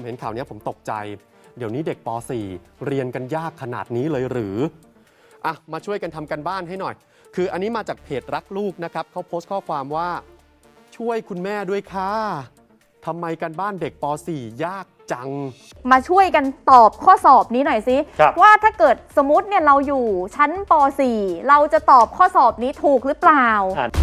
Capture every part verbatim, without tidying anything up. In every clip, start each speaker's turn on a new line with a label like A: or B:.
A: เห็นข่าวนี้ผมตกใจเดี๋ยวนี้เด็กป .สี่ เรียนกันยากขนาดนี้เลยหรืออ่ะมาช่วยกันทำกันบ้านให้หน่อยคืออันนี้มาจากเพจรักลูกนะครับเขาโพสต์ข้อความว่าช่วยคุณแม่ด้วยค่ะทำไมกันบ้านเด็กป .สี่ ยากจัง
B: มาช่วยกันตอบข้อสอบนี้หน่อยสิว่าถ้าเกิดสมมติเนี่ยเราอยู่ชั้นป .สี่ เราจะตอบข้อสอบนี้ถูกหรือเปล่า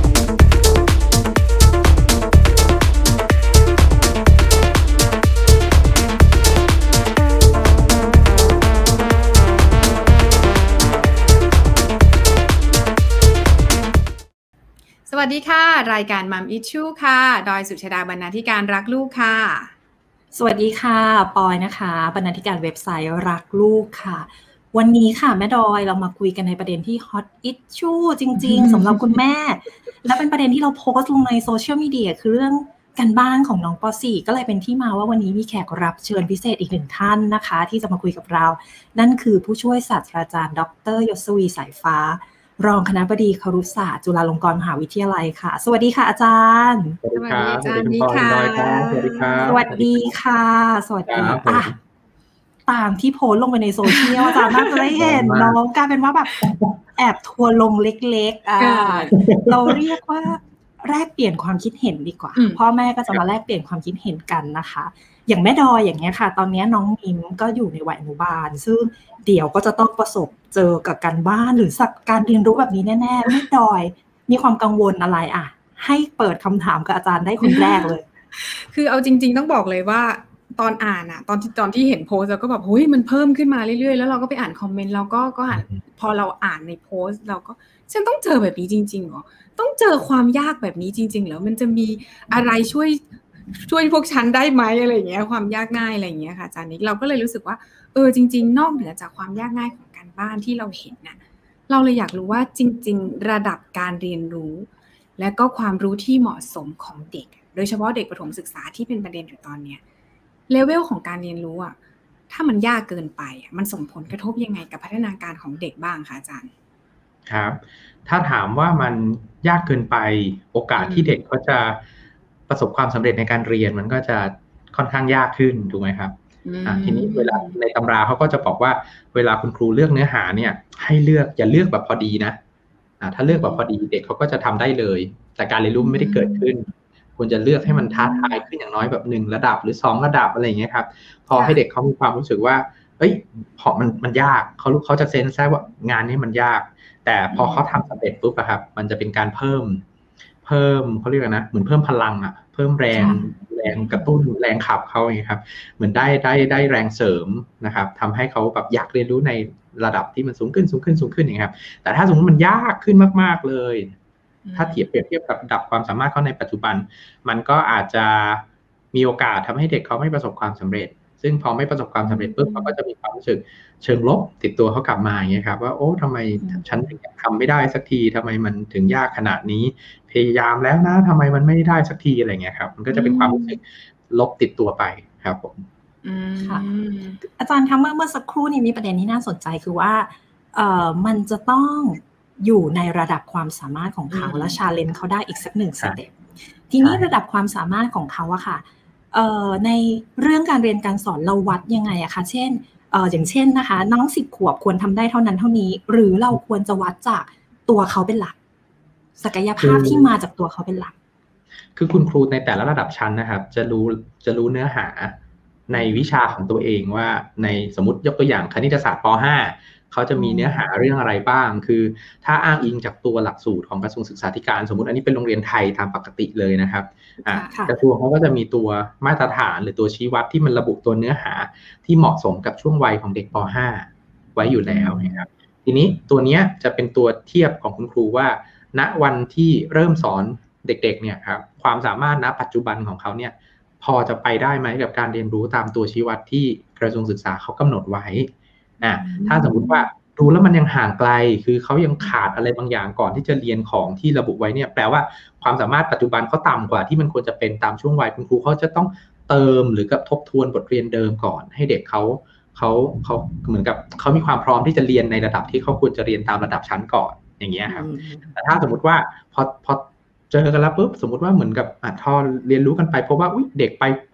C: สวัสดีค่ะรายการมัมอิชชูค่ะดอยสุชาดาบรรณาธิการรักลูกค่ะ
D: สวัสดีค่ะปอยนะคะบรรณาธิการเว็บไซต์รักลูกค่ะวันนี้ค่ะแม่ดอยเรามาคุยกันในประเด็นที่ฮอตอิชชูจริงๆ สำหรับคุณแม่และเป็นประเด็นที่เราโพสต์ลงในโซเชียลมีเดียคือเรื่องการบ้านของน้องป .สี่ ก็เลยเป็นที่มาว่าวันนี้มีแขกรับเชิญพิเศษอีกหนึ่งท่านนะคะที่จะมาคุยกับเรานั่นคือผู้ช่วยศาสตราจารย์ดร.ยศวีสายฟ้ารองคณบดีครุศาสตร์จุฬาลงกรณ์มหาวิทยาลัยค่ะสวัสดีค่ะอาจารย์
E: สวัสดีครับสวัสดีคุณปอยค่ะสวัสดีครับ
D: สวัสดีค่ะสวัสดีอ่ะตามที่โพสต์ลงไปในโซเชียลอาจารย์น่าจะได้เห็นน้องกลายเป็นว่าแบบแอบทัวร์ลงเล็กๆอ่าเราเรียกว่าแลกเปลี่ยนความคิดเห็นดีกว่าพ่อแม่ก็จะมาแลกเปลี่ยนความคิดเห็นกันนะคะอย่างแม่ดอยอย่างเงี้ยค่ะตอนนี้น้องมิมก็อยู่ในวัยอนุบาลซึ่งเดี๋ยวก็จะต้องประสบเจอกับการบ้านหรือสักการเรียนรู้แบบนี้แน่ๆแม่ดอยมีความกังวลอะไรอ่ะให้เปิดคำถามกับอาจารย์ได้คนแรกเลย
C: คือเอาจริงๆต้องบอกเลยว่าตอนอ่านอะตอนที่ตอนที่เห็นโพสต์เราก็แบบเฮ้ยมันเพิ่มขึ้นมาเรื่อยๆแล้วเราก็ไปอ่านคอมเมนต์เราก็ก็อ่านพอเราอ่านในโพสต์เราก็ฉันต้องเจอแบบนี้จริงๆเหรอต้องเจอความยากแบบนี้จริงๆแล้วมันจะมีอะไรช่วยช่วยพวกฉันได้ไหมอะไรอย่างเงี้ยความยากง่ายอะไรอย่างเงี้ยค่ะอาจารย์นิกเราก็เลยรู้สึกว่าเออจริงๆนอกเหนือจากความยากง่ายของการบ้านที่เราเห็นน่ะเราเลยอยากรู้ว่าจริงๆระดับการเรียนรู้และก็ความรู้ที่เหมาะสมของเด็กโดยเฉพาะเด็กประถมศึกษาที่เป็นประเด็นอยู่ตอนเนี้ยเลเวลของการเรียนรู้อ่ะถ้ามันยากเกินไปอ่ะมันส่งผลกระทบยังไงกับพัฒนาการของเด็กบ้างคะอาจารย์
E: ครับถ้าถามว่ามันยากเกินไปโอกาสที่เด็กเขาจะประสบความสำเร็จในการเรียนมันก็จะค่อนข้างยากขึ้นถูกไหมครับอ่าทีนี้เวลาในตำราเขาก็จะบอกว่าเวลาคุณครูเลือกเนื้อหาเนี่ยให้เลือกอย่าเลือกแบบพอดีนะอ่าถ้าเลือกแบบพอดีเด็กเขาก็จะทำได้เลยแต่การเรียนรู้ไม่ได้เกิดขึ้นควรจะเลือกให้มันท้าทายขึ้นอย่างน้อยแบบหนึ่งระดับหรือสองระดับอะไรอย่างเงี้ยครับพอให้เด็กเขามีความรู้สึกว่าเอ้ยพอมันมันยากเขาเขาจะเซนส์ได้ว่างานนี้มันยากแต่พอเขาทำสำเร็จปุ๊บอะครับมันจะเป็นการเพิ่มเพิ่มเขาเรียกนะเหมือนเพิ่มพลังอะเพิ่มแรงแรงกระตุ้นแรงขับเขาอย่างเงี้ยครับเหมือนได้ได้ได้แรงเสริมนะครับทำให้เขาแบบอยากเรียนรู้ในระดับที่มันสูงขึ้นสูงขึ้นสูงขึ้นอย่างเงี้ยครับแต่ถ้าสมมติมันยากขึ้นมากๆเลยถ้าเทียบเปรียบเทียบกับระดับความสามารถเขาในปัจจุบันมันก็อาจจะมีโอกาสทำให้เด็กเขาไม่ประสบความสำเร็จซึ่งพอไม่ประสบความสำเร็จปุ๊บเขาก็จะมีความรู้สึกเชิงลบติดตัวเขากลับมาอย่างเงี้ยครับว่าโอ้ทำไมฉันถึงทำไม่ได้สักทีทำไมมันถึงยากขนาดนี้พยายามแล้วนะทำไมมันไม่ได้สักทีอะไรเงี้ยครับมันก็จะเป็นความรู้สึกลบติดตัวไปครับผม
D: ค่ะอาจารย์คะเมื่อเมื่อสักครู่นี้มีประเด็นที่น่าสนใจคือว่าเอ่อมันจะต้องอยู่ในระดับความสามารถของเขาและชาเลนจ์เขาได้อีกสักหนึ่งสเต็ปทีนี้ระดับความสามารถของเขาอะค่ะเอ่อในเรื่องการเรียนการสอนเราวัดยังไงอะคะเช่นเอ่ออย่างเช่นนะคะน้องสิบขวบควรทำได้เท่านั้นเท่านี้หรือเราควรจะวัดจากตัวเขาเป็นหลักศักยภาพที่มาจากตัวเขาเป็นหลัก
E: คือคุณครูในแต่ละระดับชั้นนะครับจะรู้จะรู้เนื้อหาในวิชาของตัวเองว่าในสมมติยกตัวอย่างคณิตศาสตร์ป .ห้า เขาจะมีเนื้อหาเรื่องอะไรบ้างคือถ้าอ้างอิงจากตัวหลักสูตรของกระทรวงศึกษาธิการสมมติอันนี้เป็นโรงเรียนไทยตามปกติเลยนะครับอ่ากระทรวงเขาก็จะมีตัวมาตรฐานหรือตัวชี้วัดที่มันระบุตัวเนื้อหาที่เหมาะสมกับช่วงวัยของเด็กป .ห้า ไว้อยู่แล้วนะครับทีนี้ตัวนี้จะเป็นตัวเทียบของคุณครูว่าณวันที่เริ่มสอนเด็กๆเนี่ยครับความสามารถณปัจจุบันของเขาเนี่ยพอจะไปได้ไหมกับการเรียนรู้ตามตัวชี้วัดที่กระทรวงศึกษาเขากำหนดไว้อ่าถ้าสมมุติว่าดูแล้วมันยังห่างไกลคือเขายังขาดอะไรบางอย่างก่อนที่จะเรียนของที่ระบุไว้เนี่ยแปลว่าความสามารถปัจจุบันเขาต่ำกว่าที่มันควรจะเป็นตามช่วงวัยคุณครูเขาจะต้องเติมหรือกับทบทวนบทเรียนเดิมก่อนให้เด็กเขาเขาเขาเหมือนกับเขามีความพร้อมที่จะเรียนในระดับที่เขาควรจะเรียนตามระดับชั้นก่อนอย่างเงี้ยครับแต่ถ้าสมมติว่าพอพอเจอกันแล้วปุ๊บสมมติว่าเหมือนกับอ่ะทอเรียนรู้กันไปเพราะว่าอุ๊ยเด็กไป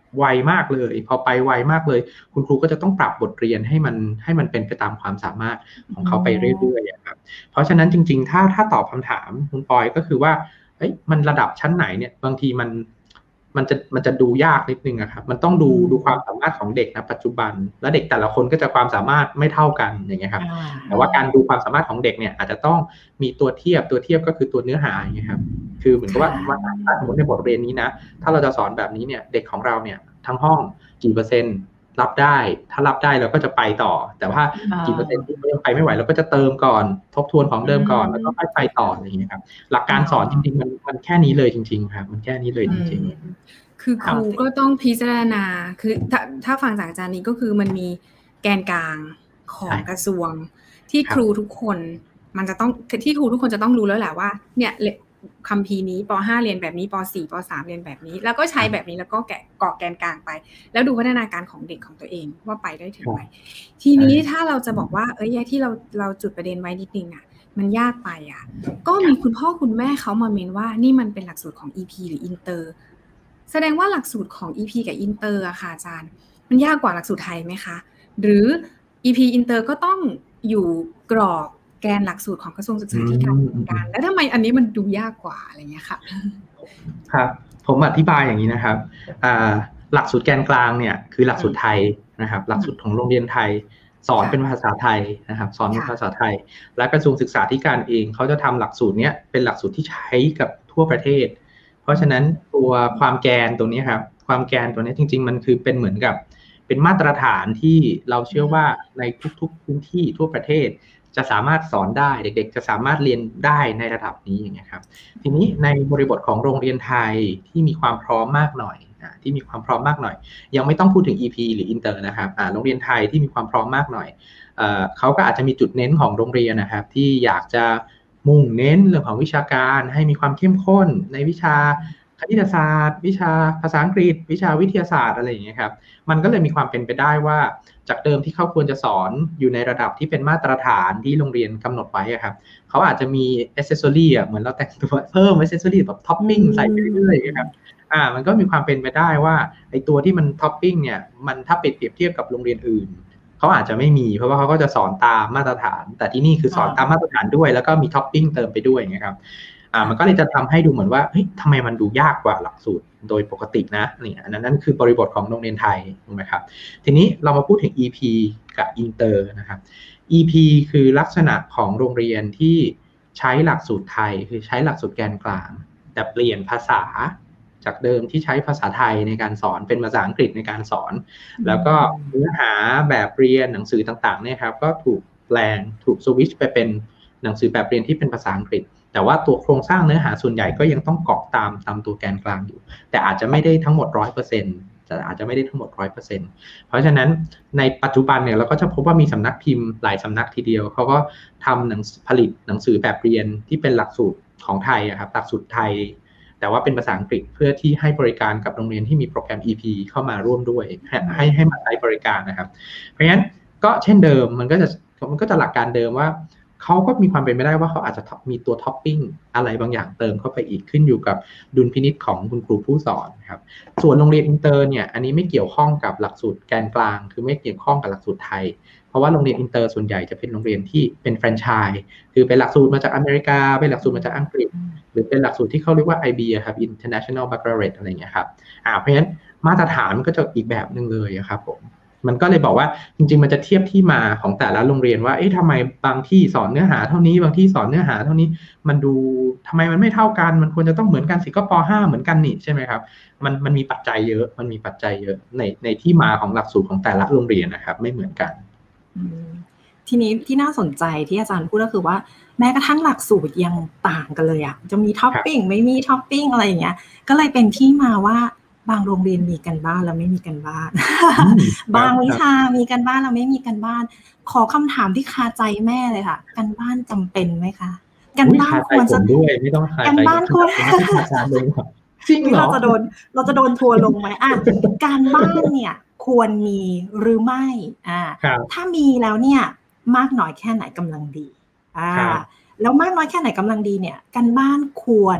E: ไวมากเลยพอไปไวมากเลยคุณครูก็จะต้องปรับบทเรียนให้มันให้มันเป็นไปตามความสามารถของเขาไปเรื่อยๆครับเพราะฉะนั้นจริงๆถ้าถ้าตอบคำถามคุณปอยก็คือว่าเอ้ยมันระดับชั้นไหนเนี่ยบางทีมันมันจะมันจะดูยากนิดนึงอะครับมันต้องดูดูความสามารถของเด็กณปัจจุบันและเด็กแต่ละคนก็จะความสามารถไม่เท่ากันอย่างเงี้ยครับแต่ว่าการดูความสามารถของเด็กเนี่ยอาจจะต้องมีตัวเทียบตัวเทียบก็คือตัวเนื้อหาอย่างเงี้ยครับคือเหมือนกับว่าว่าสมมติในบทเรียนนี้นะถ้าเราจะสอนแบบนี้เนี่ยเด็กของเราเนี่ยทั้งห้องกี่เปอร์เซ็นต์รับได้ถ้ารับได้เราก็จะไปต่อแต่ว่ากี่เปอร์เซ็นต์ที่ยังไปไม่ไหวเราก็จะเติมก่อนทบทวนของเดิมก่อนแล้วก็ค่อยไปต่ออะไรอย่างเงี้ยครับหลักการสอนจริงๆมันมันแค่นี้เลยจริงๆครับมันแค่นี้เลยจริงๆ
C: คือครูก็ต้องพิจารณาคือถ้าถ้าฟังจากอาจารย์นี้ก็คือมันมีแกนกลางของกระทรวงที่ครูทุกคนมันจะต้องที่ครูทุกคนจะต้องรู้แล้วแหละว่าเนี่ยคัมภีร์นี้ป.ห้า เรียนแบบนี้ป.สี่ ป.สาม เรียนแบบนี้แล้วก็ใช้แบบนี้แล้วก็แกะเกาะแกนกลางไปแล้วดูพัฒนาการของเด็กของตัวเองว่าไปได้ถึงไหนทีนี้ถ้าเราจะบอกว่าเอ้ยที่เราเราจุดประเด็นไว้นิดนึงอ่ะมันยากไปอ่ะก็มีคุณพ่อคุณแม่เขามาเมนว่านี่มันเป็นหลักสูตรของ อี พี หรืออินเตอร์แสดงว่าหลักสูตรของ อี พี กับอินเตอร์อะค่ะอาจารย์มันยากกว่าหลักสูตรไทยไหมคะหรือ อี พี อินเตอร์ก็ต้องอยู่กรอบแกนหลักสูตรของกระทรวงศึกษาธิการเหมือนกันแล้วทำไมอันนี้มันดูยากกว่าอะไรเงี้ยค่ะ
E: ครับผมอธิบายอย่างนี้นะครับหลักสูตรแกนกลางเนี่ยคือหลักสูตรไทยนะครับหลักสูตรของโรงเรียนไทยสอนเป็นภาษาไทยนะครับสอนเป็นภาษาไทยและกระทรวงศึกษาธิการเองเขาจะทำหลักสูตรนี้เป็นหลักสูตรที่ใช้กับทั่วประเทศเพราะฉะนั้นตัวความแกนตรงนี้ครับความแกนตัวนี้จริงๆมันคือเป็นเหมือนกับเป็นมาตรฐานที่เราเชื่อว่าในทุกๆพื้นที่ทั่วประเทศจะสามารถสอนได้เด็กๆจะสามารถเรียนได้ในระดับนี้อย่างเงี้ยครับทีนี้ในบริบทของโรงเรียนไทยที่มีความพร้อมมากหน่อยนะที่มีความพร้อมมากหน่อยยังไม่ต้องพูดถึง อี พี หรืออินเตอร์นะครับอ่าโรงเรียนไทยที่มีความพร้อมมากหน่อยเอ่อเขาก็อาจจะมีจุดเน้นของโรงเรียนนะครับที่อยากจะมุ่งเน้นเรื่องของวิชาการให้มีความเข้มข้นในวิชาคณิตศาสตร์วิชาภาษาอังกฤษวิชาวิทยาศาสตร์อะไรอย่างเงี้ยครับมันก็เลยมีความเป็นไปได้ว่าจากเดิมที่เขาควรจะสอนอยู่ในระดับที่เป็นมาตรฐานที่โรงเรียนกำหนดไว้ครับเขาอาจจะมีอ c เซสซอรี่อ่ะเหมือนเราแต่งตัวเพิ่มอ c เซสซอรี่แบบท็อปปิ้งใส่ไปเรื่อยๆครับอ่ามันก็มีความเป็นไปได้ว่าไอตัวที่มันท็อปปิ้งเนี่ยมันถ้าเปรียบเทียบกับโรงเรียนอื่นเขาอาจจะไม่มีเพราะว่าเขาก็จะสอนตามมาตรฐานแต่ที่นี่คือสอนตามมาตรฐานด้วยแล้วก็มีท็อปปิ้งเติมไปด้วยนะครับอ่ามันก็เลยจะทำให้ดูเหมือนว่าเฮ้ยทำไมมันดูยากกว่าหลักสูตรโดยปกตินะนี่อันนั้นนั่นคือบริบทของโรงเรียนไทยถูกไหมครับทีนี้เรามาพูดถึง อี พี กับอินเตอร์นะครับ อี พี คือลักษณะของโรงเรียนที่ใช้หลักสูตรไทยคือใช้หลักสูตรแกนกลางแต่เปลี่ยนภาษาจากเดิมที่ใช้ภาษาไทยในการสอนเป็นภาษาอังกฤษในการสอนแล้วก็เนื้อหาแบบเรียนหนังสือต่างๆเนี่ยครับก็ถูกแปลงถูกสวิตช์ไปเป็นหนังสือแบบเรียนที่เป็นภาษาอังกฤษแต่ว่าตัวโครงสร้างเนื้อหาส่วนใหญ่ก็ยังต้องเกาะตามตามตัวแกนกลางอยู่แต่อาจจะไม่ได้ทั้งหมด ร้อยเปอร์เซ็นต์ แต่อาจจะไม่ได้ทั้งหมด ร้อยเปอร์เซ็นต์ เพราะฉะนั้นในปัจจุบันเนี่ยเราก็จะพบว่ามีสำนักพิมพ์หลายสำนักทีเดียวเขาก็ทำหนังผลิตหนังสือแบบเรียนที่เป็นหลักสูตรของไทยอะครับหลักสูตรไทยแต่ว่าเป็นภาษาอังกฤษเพื่อที่ให้บริการกับโรงเรียนที่มีโปรแกรม อี พี เข้ามาร่วมด้วยให้ให้มาใช้บริการนะครับเพราะฉะนั้นก็เช่นเดิมมันก็จะมันก็จะหลักการเดิมว่าเขาก็มีความเป็นไปได้ว่าเขาอาจจะมีตัวท็อปปิ้งอะไรบางอย่างเติมเข้าไปอีกขึ้นอยู่กับดุลพินิจของคุณครูผู้สอนครับส่วนโรงเรียนอินเตอร์เนี่ยอันนี้ไม่เกี่ยวข้องกับหลักสูตรแกนกลางคือไม่เกี่ยวข้องกับหลักสูตรไทยเพราะว่าโรงเรียนอินเตอร์ส่วนใหญ่จะเป็นโรงเรียนที่เป็นแฟรนไชส์คือเป็นหลักสูตรมาจากอเมริกาเป็นหลักสูตรมาจากอังกฤษหรือเป็นหลักสูตรที่เขาเรียกว่า ไอ บี ครับ International Baccalaureate อะไรอย่างเงี้ยครับอ่าเพราะฉะนั้นมาตรฐานก็จะอีกแบบนึงเลยครับผมมันก็เลยบอกว่าจริงๆมันจะเทียบที่มาของแต่ละโรงเรียนว่าเอ๊ะทำไมบางที่สอนเนื้อหาเท่านี้บางที่สอนเนื้อหาเท่านี้มันดูทำไมมันไม่เท่ากันมันควรจะต้องเหมือนกันสิก็ป.ห้า เหมือนกันนี่ใช่ไหมครับมันมันมีปัจจัยเยอะมันมีปัจจัยเยอะในในที่มาของหลักสูตรของแต่ละโรงเรียนนะครับไม่เหมือนกัน
D: ทีนี้ที่น่าสนใจที่อาจารย์พูดก็คือว่าแม้กระทั่งหลักสูตรยังต่างกันเลยอ่ะจะมีท็อปปิ้งไม่มีท็อปปิ้งอะไรอย่างเงี้ยก็เลยเป็นที่มาว่าบางโรงเรียนมีกันบ้านแล้วไม่มีกันบ้าน บางวิชามีกันบ้านแล้วไม่มีกันบ้านขอคำถามที่คาใจแม่เลยค่ะกันบ้านจำเป็นไหมคะกันบ้านควรจะ
E: ด้วยไม่ต้องคาใจ
D: กันบ้านควร
E: จริงเหรอ
D: เราจะโดนเราจะโดนทัวร์ลงไหมอ่ะการบ้านเนี่ยควรมีหรือไม่อ่าถ้ามีแล้วเนี่ยมากน้อยแค่ไหนกำลังดีอ่าแล้วมากน้อยแค่ไหนกำลังดีเนี่ยกันบ้านควร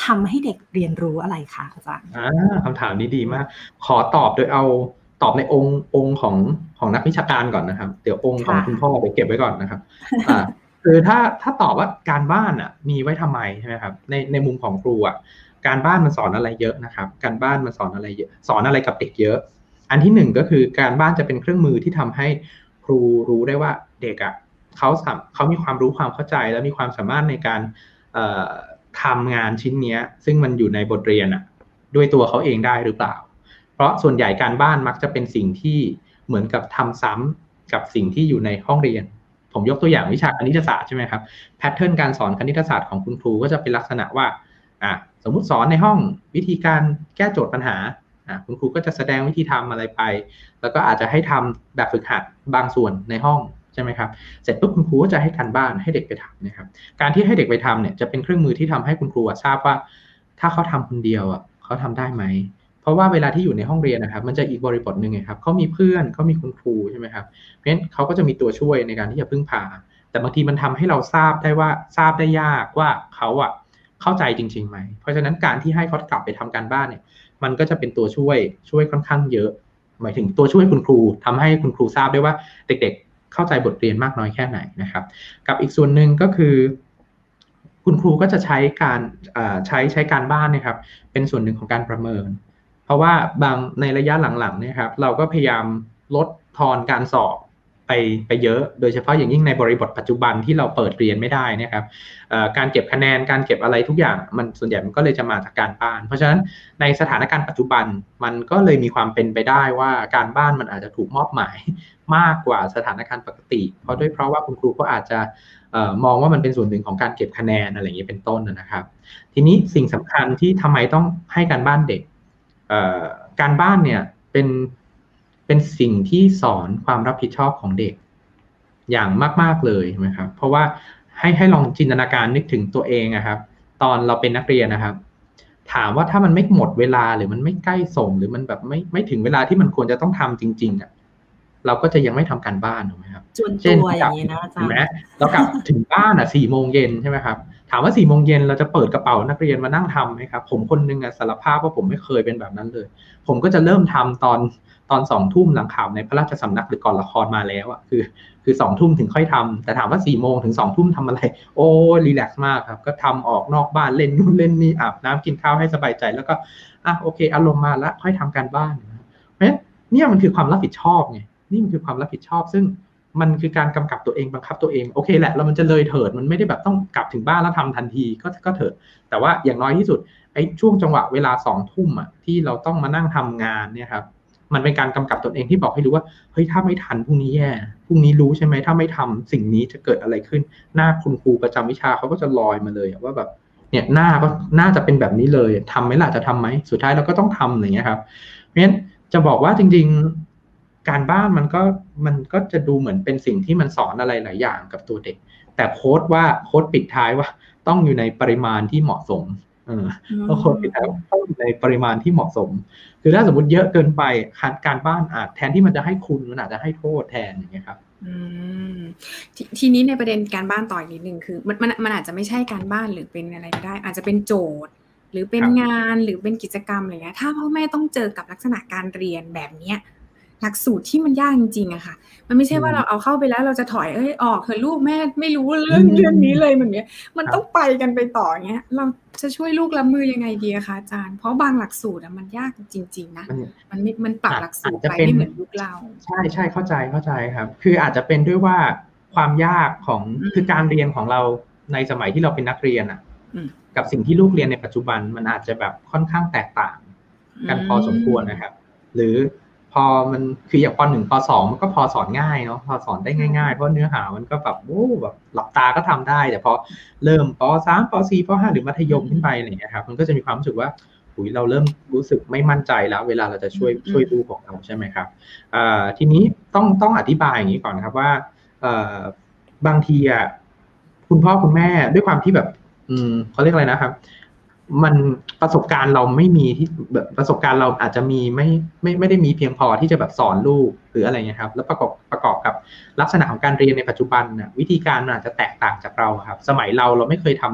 D: ทำให้เด็กเรียนรู้อะไรคะอาจารย์
E: อ่าคำถามนี้ดีมากขอตอบโดยเอาตอบในองค์องค์ของของนักวิชาการก่อนนะครับเดี๋ยวองค์ของคุณพ่อเดี๋ยวเก็บไว้ก่อนนะครับอ่าคือถ้าถ้าตอบว่าการบ้านอ่ะมีไว้ทำไมใช่ไหมครับในในมุมของครูอ่ะการบ้านมันสอนอะไรเยอะนะครับการบ้านมันสอนอะไรเยอะสอนอะไรกับเด็กเยอะอันที่หนึ่งก็คือการบ้านจะเป็นเครื่องมือที่ทำให้ครูรู้ได้ว่าเด็กอ่ะเขาเขามีความรู้ความเข้าใจและมีความสามารถในการเอ่อทำงานชิ้นนี้ซึ่งมันอยู่ในบทเรียนอ่ะด้วยตัวเขาเองได้หรือเปล่าเพราะส่วนใหญ่การบ้านมักจะเป็นสิ่งที่เหมือนกับทำซ้ำกับสิ่งที่อยู่ในห้องเรียนผมยกตัวอย่างวิชาคณิตศาสตร์ใช่ไหมครับแพทเทิร์นการสอนคณิตศาสตร์ของคุณครูก็จะเป็นลักษณะว่าอ่ะสมมุติสอนในห้องวิธีการแก้โจทย์ปัญหาอ่ะคุณครูก็จะแสดงวิธีทำอะไรไปแล้วก็อาจจะให้ทำแบบฝึกหัดบางส่วนในห้องใช่ไหมครับเสร็จปุ๊บคุณครูก็จะให้การบ้านให้เด็กไปทำนะครับการที่ให้เด็กไปทำเนี่ยจะเป็นเครื่องมือที่ทำให้คุณครูทราบว่าถ้าเขาทำคนเดียวอ่ะเขาทำได้ไหมเพราะว่าเวลาที่อยู่ในห้องเรียนนะครับมันจะอีกบริบทหนึ่งไงครับเขามีเพื่อนเขามีคุณครูใช่ไหมครับเพราะฉะนั้นเขาก็จะมีตัวช่วยในการที่จะพึ่งพาแต่บางทีมันทำให้เราทราบได้ว่าทราบได้ยากว่าเขาอ่ะเข้าใจจริงๆไหมเพราะฉะนั้นการที่ให้เขากลับไปทำการบ้านเนี่ยมันก็จะเป็นตัวช่วยช่วยค่อนข้างเยอะหมายถึงตัวช่วยคุณครูทำให้คุณครูทราบได้ว่าเด็กๆเข้าใจบทเรียนมากน้อยแค่ไหนนะครับกับอีกส่วนหนึ่งก็คือคุณครูก็จะใช้การใช้ใช้การบ้านนะครับเป็นส่วนหนึ่งของการประเมินเพราะว่าบางในระยะหลังๆเนี่ยครับเราก็พยายามลดทอนการสอบไปไปเยอะโดยเฉพาะอย่างยิ่งในบริบทปัจจุบันที่เราเปิดเรียนไม่ได้นะครับการเก็บคะแนนการเก็บอะไรทุกอย่างมันส่วนใหญ่มันก็เลยจะมาจากการบ้านเพราะฉะนั้นในสถานการณ์ปัจจุบันมันก็เลยมีความเป็นไปได้ว่าการบ้านมันอาจจะถูกมอบหมายมากกว่าสถานการณ์ปกติเพราะด้วยเพราะว่าคุณครูก็อาจจะมองว่ามันเป็นส่วนหนึ่งของการเก็บคะแนนอะไรอย่างนี้เป็นต้นนะครับทีนี้สิ่งสำคัญที่ทำไมต้องให้การบ้านเด็กการบ้านเนี่ยเป็นเป็นสิ่งที่สอนความรับผิดชอบของเด็กอย่างมากๆเลยใช่ไหมครับเพราะว่าให้ให้ลองจินตนาการนึกถึงตัวเองนะครับตอนเราเป็นนักเรียนนะครับถามว่าถ้ามันไม่หมดเวลาหรือมันไม่ใกล้ส่งหรือมันแบบไม่ไม่ถึงเวลาที่มันควรจะต้องทำจริงๆอ่ะเราก็จะยังไม่ทำการบ้านถูกไหมครับ
D: เช่นอย่างนี้นะอาจารย์
E: เห็นไหมเรากลับถึงบ้านอ่ะสี่โมงเย็นใช่ไหมครับถามว่าสี่โมงเย็นเราจะเปิดกระเป๋านักเรียนมานั่งทำไหมครับผมคนนึงอ่ะสารภาพว่าผมไม่เคยเป็นแบบนั้นเลยผมก็จะเริ่มทำตอนตอนสองทุ่มหลังข่าวในพระราชสำนักหรือก่อนละครมาแล้วอ่ะคือคือสองทุ่มถึงค่อยทำแต่ถามว่าสี่โมงถึงสองทุ่มทำอะไรโอ้รีแลกซ์มากครับก็ทำออกนอกบ้านเล่นนู่นเล่นนี่อาบน้ำกินข้าวให้สบายใจแล้วก็อ่ะโอเคอารมณ์มาแล้วค่อยทำการบ้านเพราะฉะนั้นเนี่ยมันคือความรับผิดชอบไงนี่มันคือความรับผิดชอบซึ่งมันคือการกำกับตัวเองบังคับตัวเองโอเคแหละแล้วมันจะเลยเถิดมันไม่ได้แบบต้องกลับถึงบ้านแล้วทำทันทีก็ก็เถิดแต่ว่าอย่างน้อยที่สุดไอ้ช่วงจังหวะเวลาสองทุ่มอ่ะที่เราต้องมานั่งทำงานเนี่ยครับมันเป็นการกำกับตัวเองที่บอกให้รู้ว่าเฮ้ยถ้าไม่ทันพรุ่งนี้แย่พรุ่งนี้รู้ใช่ไหมถ้าไม่ทำสิ่งนี้จะเกิดอะไรขึ้นหน้าคุณครูประจำวิชาเขาก็จะลอยมาเลยว่าแบบเนี่ยหน้าก็น่าจะเป็นแบบนี้เลยทำไหมล่ะจะทำไหมสุดท้ายเราก็ต้องทำอะไรเงี้ยครับเพราะฉะนั้นจะบอกว่าจริงๆการบ้านมันก็มันก็จะดูเหมือนเป็นสิ่งที่มันสอนอะไรหลายอย่างกับตัวเด็กแต่โค้ดว่าโค้ดปิดท้ายว่าต้องอยู่ในปริมาณที่เหมาะสมเออต้องโค้ดปิดท้ายต้องอยู่ในปริมาณที่เหมาะสมคือถ้าสมมติเยอะเกินไปการบ้านอาจแทนที่มันจะให้คุณมันอาจจะให้โทษแทนอย่างเงี้ยครับ
C: อืม ท, ทีนี้ในประเด็นการบ้านต่ออีกนิดนึงคือมันมันมันอาจจะไม่ใช่การบ้านหรือเป็นอะไรก็ได้อาจจะเป็นโจทย์หรือเป็นงานหรือเป็นกิจกรรมอะไรเงี้ยถ้าพ่อแม่ต้องเจอกับลักษณะการเรียนแบบเนี้ยหลักสูตรที่มันยากจริงๆอะค่ะมันไม่ใช่ว่าเราเอาเข้าไปแล้วเราจะถอยเอ้ยออกเถอะลูกแม่ไม่รู้เรื่องเรื่องนี้เลยเหมือนเนี้ยมันต้องไปกันไปต่ออย่างเงี้ยเราจะช่วยลูกรับมือยังไงดีอะคะอาจารย์เพราะบางหลักสูตรอะมันยากจริงๆนะมันไม่มันปรับหลักสูตรไปไม่เหมือนยุคเรา
E: ใช่ใช่เข้าใจเข้าใจครับคืออาจจะเป็นด้วยว่าความยากของคือการเรียนของเราในสมัยที่เราเป็นนักเรียนอะกับสิ่งที่ลูกเรียนในปัจจุบันมันอาจจะแบบค่อนข้างแตกต่างกันพอสมควรนะครับหรือพอมันคืออย่างป.หนึ่ง ป.สอง มันก็พอสอนง่ายเนาะพอสอนได้ง่ายๆเพราะเนื้อหามันก็แบบโอ้แบบหลับตาก็ทำได้แต่พอเริ่มป.สาม ป.สี่ ป.ห้า หรือมัธยมขึ้นไปอะไรอย่างเงี้ยครับมันก็จะมีความรู้สึกว่าอุ๊ยเราเริ่มรู้สึกไม่มั่นใจแล้วเวลาเราจะช่วยช่วยลูกของเราใช่ไหมครับอ่าทีนี้ต้องต้องอธิบายอย่างนี้ก่อนครับว่าเอ่อบางทีอ่ะคุณพ่อคุณแม่ด้วยความที่แบบอืมเขาเรียกอะไรนะครับมันประสบการณ์เราไม่มีที่แบบประสบการณ์เราอาจจะมีไม่ไม่ไม่ได้มีเพียงพอที่จะแบบสอนลูกหรืออะไรเงี้ยครับแล้วประกอบประกอบกับลักษณะของการเรียนในปัจจุบันนะวิธีการมันอาจจะแตกต่างจากเราครับสมัยเราเราไม่เคยทำ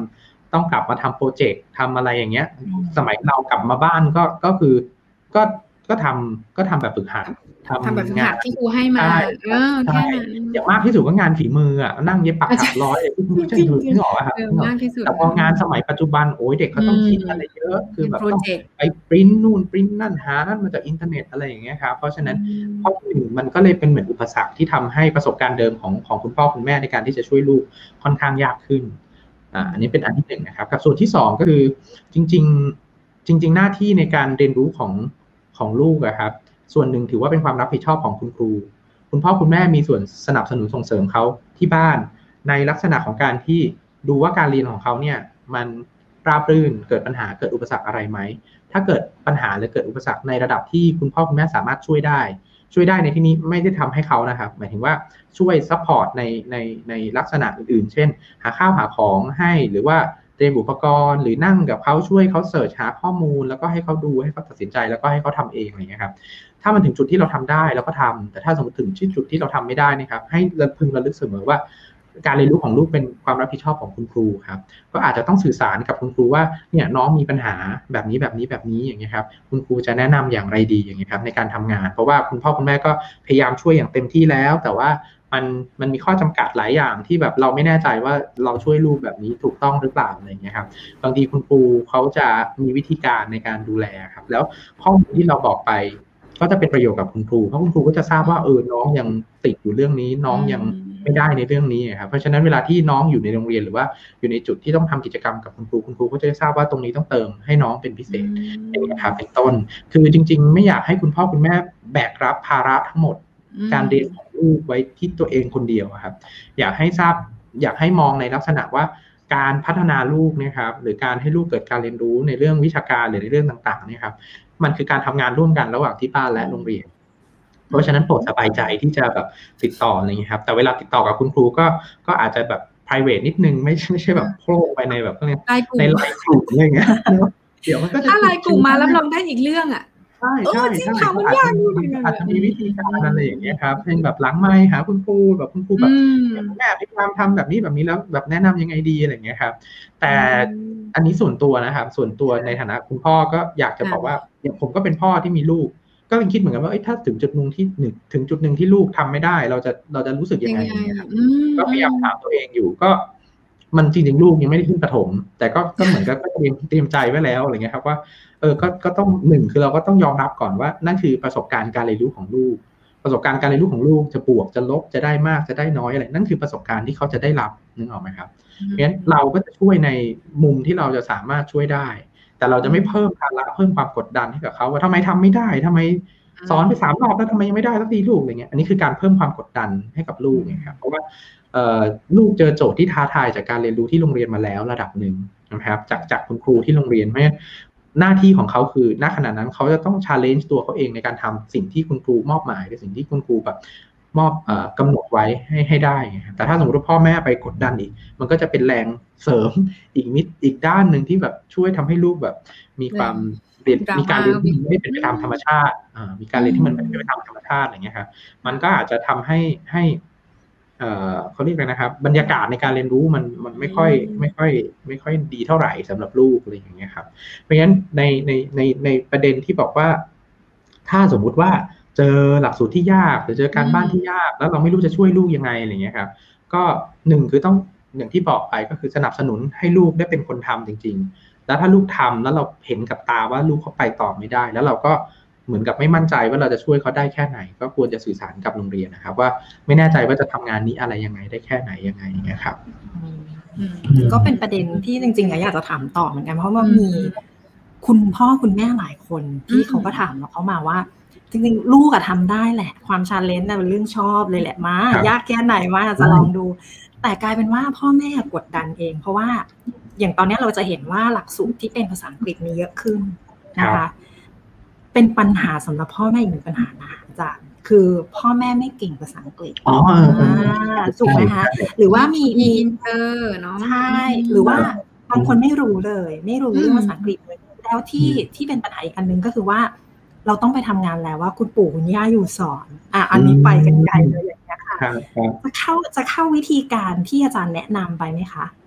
E: ต้องกลับมาทำโปรเจกต์ทำอะไรอย่างเงี้ยสมัยเรากลับมาบ้านก็ก็คือก็ก็ทำก็ทำแบบฝึกหัด
C: ทำแบบฝึกหัดที่ครูให้มาเออแค่นั้น
E: อย่างมากที่สุดก็งานฝีมืออ่ะนั่งเย็บปักถักร้อยอะไรที่คุณจะอยู่ที่หอครับแต่พองานสมัยปัจจุบันโอ้ยเด็กเขาต้องคิดอะไรเยอะคือแบบต้องไปปริ้นนู่นปริ้นนั่นหานั่นมาจากอินเทอร์เน็ตอะไรอย่างเงี้ยครับเพราะฉะนั้นข้อหนึ่งมันก็เลยเป็นเหมือนอุปสรรคที่ทำให้ประสบการณ์เดิมของของคุณพ่อคุณแม่ในการที่จะช่วยลูกค่อนข้างยากขึ้นอ่าอันนี้เป็นอันที่หนึ่งนะครับกับส่วนที่สองก็คือจริงๆจริงๆหน้าที่ในการเรียนรู้ของของลูกอะครับส่วนหนึ่งถือว่าเป็นความรับผิดชอบของคุณครูคุณพ่อคุณแม่มีส่วนสนับสนุนส่งเสริมเขาที่บ้านในลักษณะของการที่ดูว่าการเรียนของเขาเนี่ยมันราบรื่นเกิดปัญหาเกิดอุปสรรคอะไรไหมถ้าเกิดปัญหาหรือเกิดอุปสรรคในระดับที่คุณพ่อคุณแม่สามารถช่วยได้ช่วยได้ในที่นี้ไม่ได้ทำให้เขานะครับหมายถึงว่าช่วยซัพพอร์ตในในในลักษณะอื่นๆเช่นหาข้าวหาของให้หรือว่าเตรียมอุปกรณ์หรือนั่งกับเขาช่วยเขาเสิร์ชหาข้อมูลแล้วก็ให้เขาดูให้เขาตัดสินใจแล้วก็ให้เขาทำเองอะไรอย่างเงี้ยครับถ้ามันถึงจุดที่เราทำได้เราก็ทำแต่ถ้าสมมติถึงจุดที่เราทำไม่ได้นะครับให้ระพึงระลึกเสมอว่าการเรียนรู้ของลูกเป็นความรับผิดชอบของคุณครูครับก็อาจจะต้องสื่อสารกับคุณครูว่าเนี่ยน้องมีปัญหาแบบนี้แบบนี้แบบนี้อย่างเงี้ยครับคุณครูจะแนะนำอย่างไรดีอย่างเงี้ยครับในการทำงานเพราะว่าคุณพ่อคุณแม่ก็พยายามช่วยอย่างเต็มที่แล้วแต่ว่ามันมันมีข้อจำกัดหลายอย่างที่แบบเราไม่แน่ใจว่าเราช่วยลูกแบบนี้ถูกต้องหรือเปล่าอะไรอย่างเงี้ยครับบางทีคุณครูเขาจะมีวิธีการในการดูแลครับแล้วข้อมูลที่เราบอกไปก็จะเป็นประโยชน์กับคุณครูเพราะคุณครูก็จะทราบว่าเออน้องยังติดอยู่เรื่องนี้น้องยังไม่ได้ในเรื่องนี้ครับเพราะฉะนั้นเวลาที่น้องอยู่ในโรงเรียนหรือว่าอยู่ในจุดที่ต้องทำกิจกรรมกับคุณครูคุณครูก็จะทราบว่าตรงนี้ต้องเติมให้น้องเป็นพิเศษอย่างนี้ครับเป็นต้นคือจริงๆไม่อยากให้คุณพ่อคุณแม่แบกรับภาระทั้งหมดการเรียนของลูกไว้ที่ตัวเองคนเดียวครับอยากให้ทราบอยากให้มองในลักษณะว่าการพัฒนาลูกนะครับหรือการให้ลูกเกิดการเรียนรู้ในเรื่องวิชาการหรือในเรื่องต่างๆเนี่ยครับมันคือการทำงานร่วมกันระหว่างที่บ้านและโรงเรียนเพราะฉะนั้นโปรดสบายใจที่จะแบบติดต่ออะไรอย่างนี้ครับแต่เวลาติดต่อกับคุณครูก็ก็อาจจะแบบ private นิดนึงไม่ไม่ใช่แบบโผล่ไปในแบบในไลน์กลุ่มอะไรอย่างเงี้ยเดี๋ยวมันก็จะ
C: ถ้าไลน์กลุ่มมารับรองได้อีกเรื่องอ่ะ
E: ใช่ใช่ใช่มันอาจจะมีวิธีการอะไรอย่างเงี้ยครับเช่นแบบหลังไมค์หาคุณครูแบบคุณครูแบบแม่พยายามทำแบบนี้แบบนี้แล้วแบบแนะนำยังไงดีอะไรอย่างเงี้ยครับแต่อันนี้ส่วนตัวนะครับส่วนตัวในฐานะคุณพ่อก็อยากจะบอกว่าอย่างผมก็เป็นพ่อที่มีลูกก็ยังคิดเหมือนกันว่าถ้าถึงจุดนึงที่หนึ่งถึงจุดหนึ่งที่ลูกทำไม่ได้เราจะเราจะรู้สึกยังไงครับก็พยายามถามตัวเองอยู่ก็มันจริงๆลูกยังไม่ได้ขึ้นประถมแต่ก็ก็เหมือนกับก็เตรียมเตรียมใจไว้แล้วอะไรเงี้ยครับว่าเออก็ก็ต้องหนึ่งคือเราก็ต้องยอมรับก่อนว่านั่นคือประสบการณ์การเรียนรู้ของลูกประสบการณ์การเรียนรู้ของลูกจะบวกจะลบจะได้มากจะได้น้อยอะไรนั่นคือประสบการณ์ที่เขาจะได้รับนึกออกไหมครับเพราะฉะนั้นเราก็จะช่วยในมุมที่เราจะสามารถช่วยได้แต่เราจะไม่เพิ่มภาระเพิ่มความกดดันให้กับเขาว่าทำไมทำไม่ได้ทำไมสอนไปสามรอบแล้วทำไมยังไม่ได้สักทีลูกอะไรเงี้ยอันนี้คือการเพิ่มความกดดันให้กับลูกไงครับเพราะว่าลูกเจอโจทย์ที่ท้าทายจากการเรียนรู้ที่โรงเรียนมาแล้วระดับหนึ่งนะครับจากจากคุณครูที่โรงเรียนเพราะฉะนั้นหน้าที่ของเขาคือณขณะนั้นเขาจะต้อง challenge ตัวเขาเองในการทำสิ่งที่คุณครูมอบหมายหรือสิ่งที่คุณครูแบบมอบเอ่อกำหนดไว้ให้ให้ได้แต่ถ้าสมมติว่าพ่อแม่ไปกดดันอีกมันก็จะเป็นแรงเสริมอีกมิดอีกด้านหนึ่งที่แบบช่วยทำให้ลูกแบบมีความเรียนมีการเรียนที่ไม่เป็นไปตามธรรมชาติอ่ามีการเรียนที่มันไม่เป็นไปตามธรรมชาติอะไรเงี้ยครับมันก็อาจจะทำให้ให้เอ่อเขาเรียกอะไรนะครับบรรยากาศในการเรียนรู้มันมันไม่ค่อยไม่ค่อยไม่ค่อยดีเท่าไหร่สำหรับลูกอะไรอย่างเงี้ยครับเพราะฉะนั้นในในในในประเด็นที่บอกว่าถ้าสมมุติว่าเจอหลักสูตรที่ยากหรือเจอการบ้านที่ยากแล้วเราไม่รู้จะช่วยลูกยังไงอะไรเงี้ยครับก็หนึ่งคือต้องอย่างที่บอกไปก็คือสนับสนุนให้ลูกได้เป็นคนทำจริงๆแล้วถ้าลูกทำแล้วเราเห็นกับตาว่าลูกเขาไปต่อไม่ได้แล้วเราก็เหมือนกับไม่มั่นใจว่าเราจะช่วยเขาได้แค่ไหนก็ควรจะสื่อสารกับโรงเรียนนะครับว่าไม่แน่ใจว่าจะทำงานนี้อะไรยังไงได้แค่ไหนยังไงอย่างเงี้ยครับ
D: ก็เป็นประเด็นที่จริงๆอยากจะถามต่อเหมือนกันเพราะว่ามีคุณพ่อคุณแม่หลายคนที่เขาก็ถามเราเขามาว่าจริงๆลูกอะทำได้แหละความชาเลนจ์น่ะเป็นเรื่องชอบเลยแหละมายากแค่ไหนมาจะลองดูแต่กลายเป็นว่าพ่อแม่กดดันเองเพราะว่าอย่างตอนนี้เราจะเห็นว่าหลักสูตรที่เป็นภาษาอังกฤษมีเยอะขึ้นนะคะเป็นปัญหาสำหรับพ่อแม่อีกหนึ่งปัญหานะอาจารย์คือพ่อแม่ไม่เก่งภาษาอังกฤษอ๋อถูกไหมคะหรือว่ามีมี
C: เออเนาะ
D: ใช่หรือว่าบางคนไม่รู้เลยไม่รู้เรื่องภาษาอังกฤษเลยแล้วที่ที่เป็นปัญหาอีกอันนึงก็คือว่าเราต้องไปทำงานแล้วว่าคุณปู่คุณย่าอยู่สอนอ่ะอันนี้ไปกันใหญ่เลยอย่างเงี้ยค่ะจะเข้าจะเข้าวิธีการที่อาจารย์แนะนำไปไหมคะ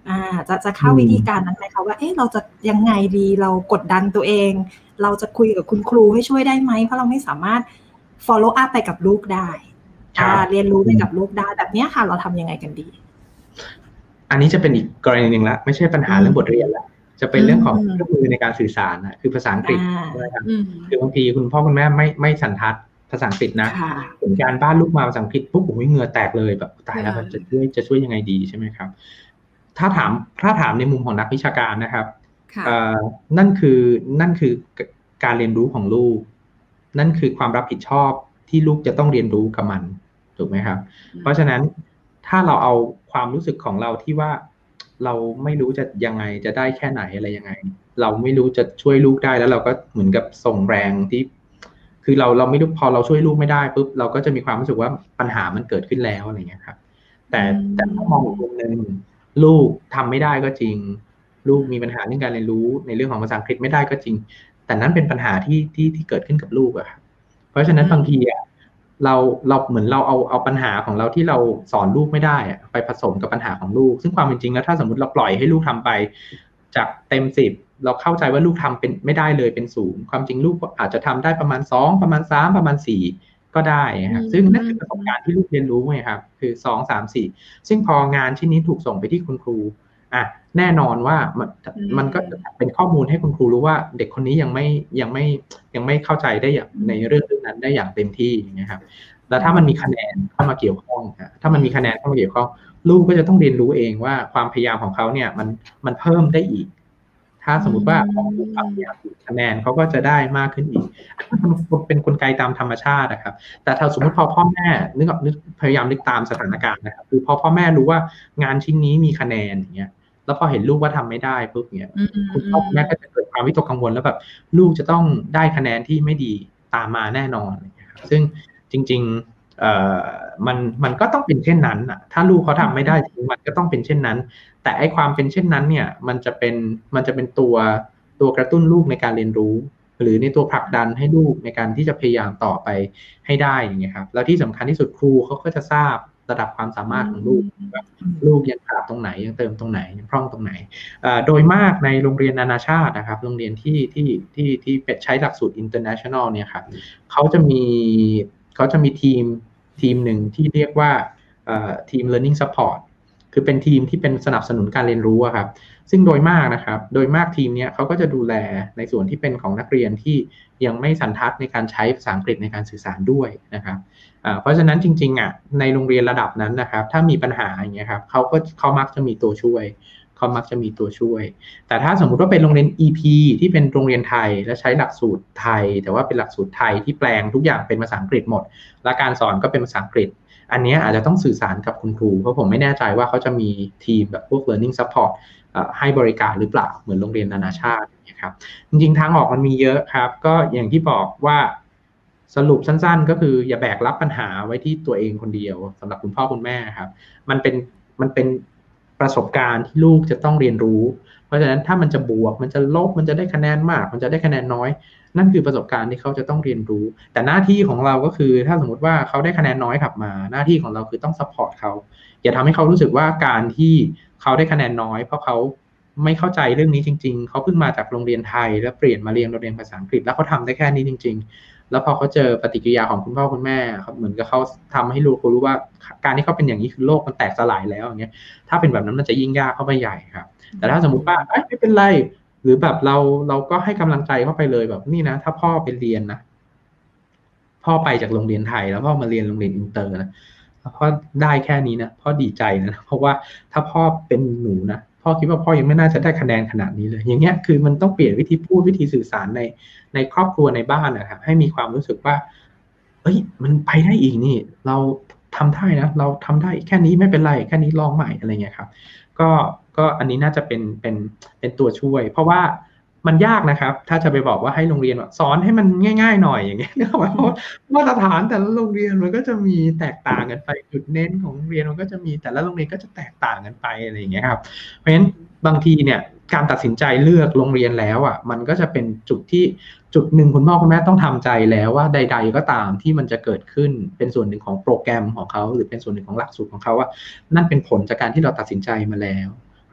D: อ่าจะจะเข้าวิธีการนั้นไหมคะว่าเอ๊ะเราจะยังไงดีเรากดดันตัวเองเราจะคุยกับคุณครูให้ช่วยได้ไหมเพราะเราไม่สามารถ follow up ไปกับลูกได้อ่าเรียนรู้ไปกับลูกได้แบบนี้ค่ะเราทำยังไงกันดี
E: อันนี้จะเป็นอีกกรณีหนึ่งละไม่ใช่ปัญหาเรื่องบทเรียนละจะเป็นเรื่องของเครื่องมือในการสื่อสารนะคือภาษาอังกฤษใช่ไหมครับคือบางทีคุณพ่อคุณแม่ไม่ไม่สันทัดภาษาอังกฤษนะผลการบ้านลูกมาภาษาอังกฤษปุ๊บผมไม่เหงื่อแตกเลยแบบตายแล้วมันจะช่วยจะช่วยยังไงดีใช่ไหมครับถ้าถามถ้าถามในมุมของนักวิชาการนะครับนั่นคือนั่นคือการเรียนรู้ของลูกนั่นคือความรับผิดชอบที่ลูกจะต้องเรียนรู้กับมันถูกไหมครับเพราะฉะนั้นถ้าเราเอาความรู้สึกของเราที่ว่าเราไม่รู้จะยังไงจะได้แค่ไหนอะไรยังไงเราไม่รู้จะช่วยลูกได้แล้วเราก็เหมือนกับส่งแรงที่คือเราเราไม่รู้พอเราช่วยลูกไม่ได้ปุ๊บเราก็จะมีความรู้สึกว่าปัญหามันเกิดขึ้นแล้วอะไรเงี้ยครับแต่แต่ถ้ามองอีกมุมนึงลูกทำไม่ได้ก็จริงลูกมีปัญหาเรื่องการเรียนรู้ในเรื่องของภาษาอังกฤษไม่ได้ก็จริงแต่นั้นเป็นปัญหาที่ที่ที่เกิดขึ้นกับลูกอะครับเพราะฉะนั้นบางทีอะเราเราเหมือนเราเอาเอาปัญหาของเราที่เราสอนลูกไม่ได้อะไปผสมกับปัญหาของลูกซึ่งความเป็นจริงแล้วถ้าสมมติเราปล่อยให้ลูกทำไปจากเต็มสิบเราเข้าใจว่าลูกทำเป็นไม่ได้เลยเป็นศูนย์ความจริงลูกอาจจะทำได้ประมาณสองประมาณสามประมาณสี่ก็ได้ครับซึ่งนั่นคือประสบการณ์ที่ลูกเรียนรู้ไงครับคือสอง สาม สี่ซึ่งพองานชิ้นนี้ถูกส่งไปที่คุณครูอ่ะแน่นอนว่ามันมันก็เป็นข้อมูลให้คุณครูรู้ว่าเด็กคนนี้ยังไม่ยังไม่ยังไม่เข้าใจได้อย่างในเรื่องนั้นได้อย่างเต็มที่นะครับแล้วถ้ามันมีคะแนนเข้ามาเกี่ยวข้องถ้ามันมีคะแนนเข้ามาเกี่ยวข้องลูกก็จะต้องเรียนรู้เองว่าความพยายามของเขาเนี่ยมันมันเพิ่มได้อีกถ้าสมมุติว่าเขาพยายามคะแนนเขาก็จะได้มากขึ้นอีกมันเป็นกลไกตามธรรมชาตินะครับแต่ถ้าสมมติพอพ่อแม่นึกนึกพยายามนึกตามสถานการณ์นะครับคือพอพ่อแม่รู้ว่างานชิ้นนี้มีคะแนนอย่างเงี้ยแล้วพอเห็นลูกว่าทำไม่ได้ปุ๊บเนี่ยคุณพ่อคุณแม่ก็จะเกิดความวิตกกังวลแล้วแบบลูกจะต้องได้คะแนนที่ไม่ดีตามมาแน่นอนนะครับซึ่งจริงๆเอ่อมันมันก็ต้องเป็นเช่นนั้นอ่ะถ้าลูกเขาทำไม่ได้มันก็ต้องเป็นเช่นนั้นแต่ไอ้ความเป็นเช่นนั้นเนี่ยมันจะเป็นมันจะเป็นตัวตัวกระตุ้นลูกในการเรียนรู้หรือในตัวผลักดันให้ลูกในการที่จะพยายามต่อไปให้ได้อย่างเงี้ยครับแล้วที่สำคัญที่สุดครูเขาก็จะทราบระดับความสามารถของลูกว่าลูกยังขาดตรงไหนยังเติมตรงไหนยังพร่องตรงไหนโดยมากในโรงเรียนนานาชาตินะครับโรงเรียนที่ที่ที่ที่เป็นใช้หลักสูตร international เนี่ยครับเขาจะมีเขาจะมีทีมทีมหนึ่งที่เรียกว่าทีม learning support คือเป็นทีมที่เป็นสนับสนุนการเรียนรู้ครับซึ่งโดยมากนะครับโดยมากทีมนี้เขาก็จะดูแลในส่วนที่เป็นของนักเรียนที่ยังไม่สันทัดในการใช้ภาษาอังกฤษในการสื่อสารด้วยนะครับเพราะฉะนั้นจริงๆอ่ะในโรงเรียนระดับนั้นนะครับถ้ามีปัญหาอย่างเงี้ยครับเขาก็เขามักจะมีตัวช่วยเขามักจะมีตัวช่วยแต่ถ้าสมมุติว่าเป็นโรงเรียน อี พี ที่เป็นโรงเรียนไทยและใช้หลักสูตรไทยแต่ว่าเป็นหลักสูตรไทยที่แปลงทุกอย่างเป็นภาษาอังกฤษหมดและการสอนก็เป็นภาษาอังกฤษอันนี้อาจจะต้องสื่อสารกับคุณครูเพราะผมไม่แน่ใจว่าเขาจะมีทีมแบบพวก learning support ให้บริการหรือเปล่าเหมือนโรงเรียนนานาชาตินะครับจริงๆทางออกมันมีเยอะครับก็อย่างที่บอกว่าสรุปสั้นๆก็คืออย่าแบกรับปัญหาไว้ที่ตัวเองคนเดียวสำหรับคุณพ่อคุณแม่ครับมันเป็นมันเป็นประสบการณ์ที่ลูกจะต้องเรียนรู้เพราะฉะนั้นถ้ามันจะบวกมันจะลบมันจะได้คะแนนมากมันจะได้คะแนนน้อยนั่นคือประสบการณ์ที่เขาจะต้องเรียนรู้แต่หน้าที่ของเราก็คือถ้าสมมติว่าเขาได้คะแนนน้อยกลับมาหน้าที่ของเราคือต้องซัพพอร์ตเขาอย่าทำให้เขารู้สึกว่าการที่เขาได้คะแนนน้อยเพราะเขาไม่เข้าใจเรื่องนี้จริงๆเขาเพิ่งมาจากโรงเรียนไทยแล้วเปลี่ยนมาเรียนโรงเรียนภาษาอังกฤษแล้วเขาทำได้แค่นี้จริงๆแล้วพอเขาเจอปฏิกิริยาของคุณพ่อคุณแม่เหมือนกับเขาทำให้ลูกเขารู้ว่าการที่เขาเป็นอย่างนี้คือโลกมันแตกสลายแล้วอย่างเงี้ยถ้าเป็นแบบนั้นมันจะยิ่งยากเข้าไปใหญ่ครับแต่ถ้าสมมติว่าไม่เป็นไรหรือแบบเราเราก็ให้กำลังใจเข้าไปเลยแบบนี่นะถ้าพ่อไปเรียนนะพ่อไปจากโรงเรียนไทยแล้วพ่อมาเรียนโรงเรียนอินเตอร์นะพ่อได้แค่นี้นะพ่อดีใจนะเพราะว่าถ้าพ่อเป็นหนูนะพ่อคิดว่าพ่อยังไม่น่าจะได้คะแนนขนาดนี้เลยอย่างเงี้ยคือมันต้องเปลี่ยนวิธีพูดวิธีสื่อสารในในครอบครัวในบ้านนะครับให้มีความรู้สึกว่าเอ้ยมันไปได้อีกนี่เราทำได้นะเราทำได้แค่นี้ไม่เป็นไรแค่นี้ลองใหม่อะไรเงี้ยครับก็ก็อันนี้น่าจะเป็นเป็นเป็นตัวช่วยเพราะว่ามันยากนะครับถ้าจะไปบอกว่าให้โรงเรียนสอนให้มันง่ายๆหน่อยอย่างเงี้ยเพราะมาตรฐานแต่ละโรงเรียนมันก็จะมีแตกต่างกันไปจุดเน้นของโรงเรียนมันก็จะมีแต่ละโรงเรียนก็จะแตกต่างกันไปอะไรอย่างเงี้ยครับเพราะฉะนั้นบางทีเนี่ยการตัดสินใจเลือกโรงเรียนแล้วอ่ะมันก็จะเป็นจุดที่จุดหนึ่งคุณพ่อคุณแม่ต้องทำใจแล้วว่าใดๆก็ตามที่มันจะเกิดขึ้นเป็นส่วนหนึ่งของโปรแกรมของเขาหรือเป็นส่วนหนึ่งของหลักสูตรของเขาว่านั่นเป็นผลจากการที่เราตัดสินใจมาแล้วเพ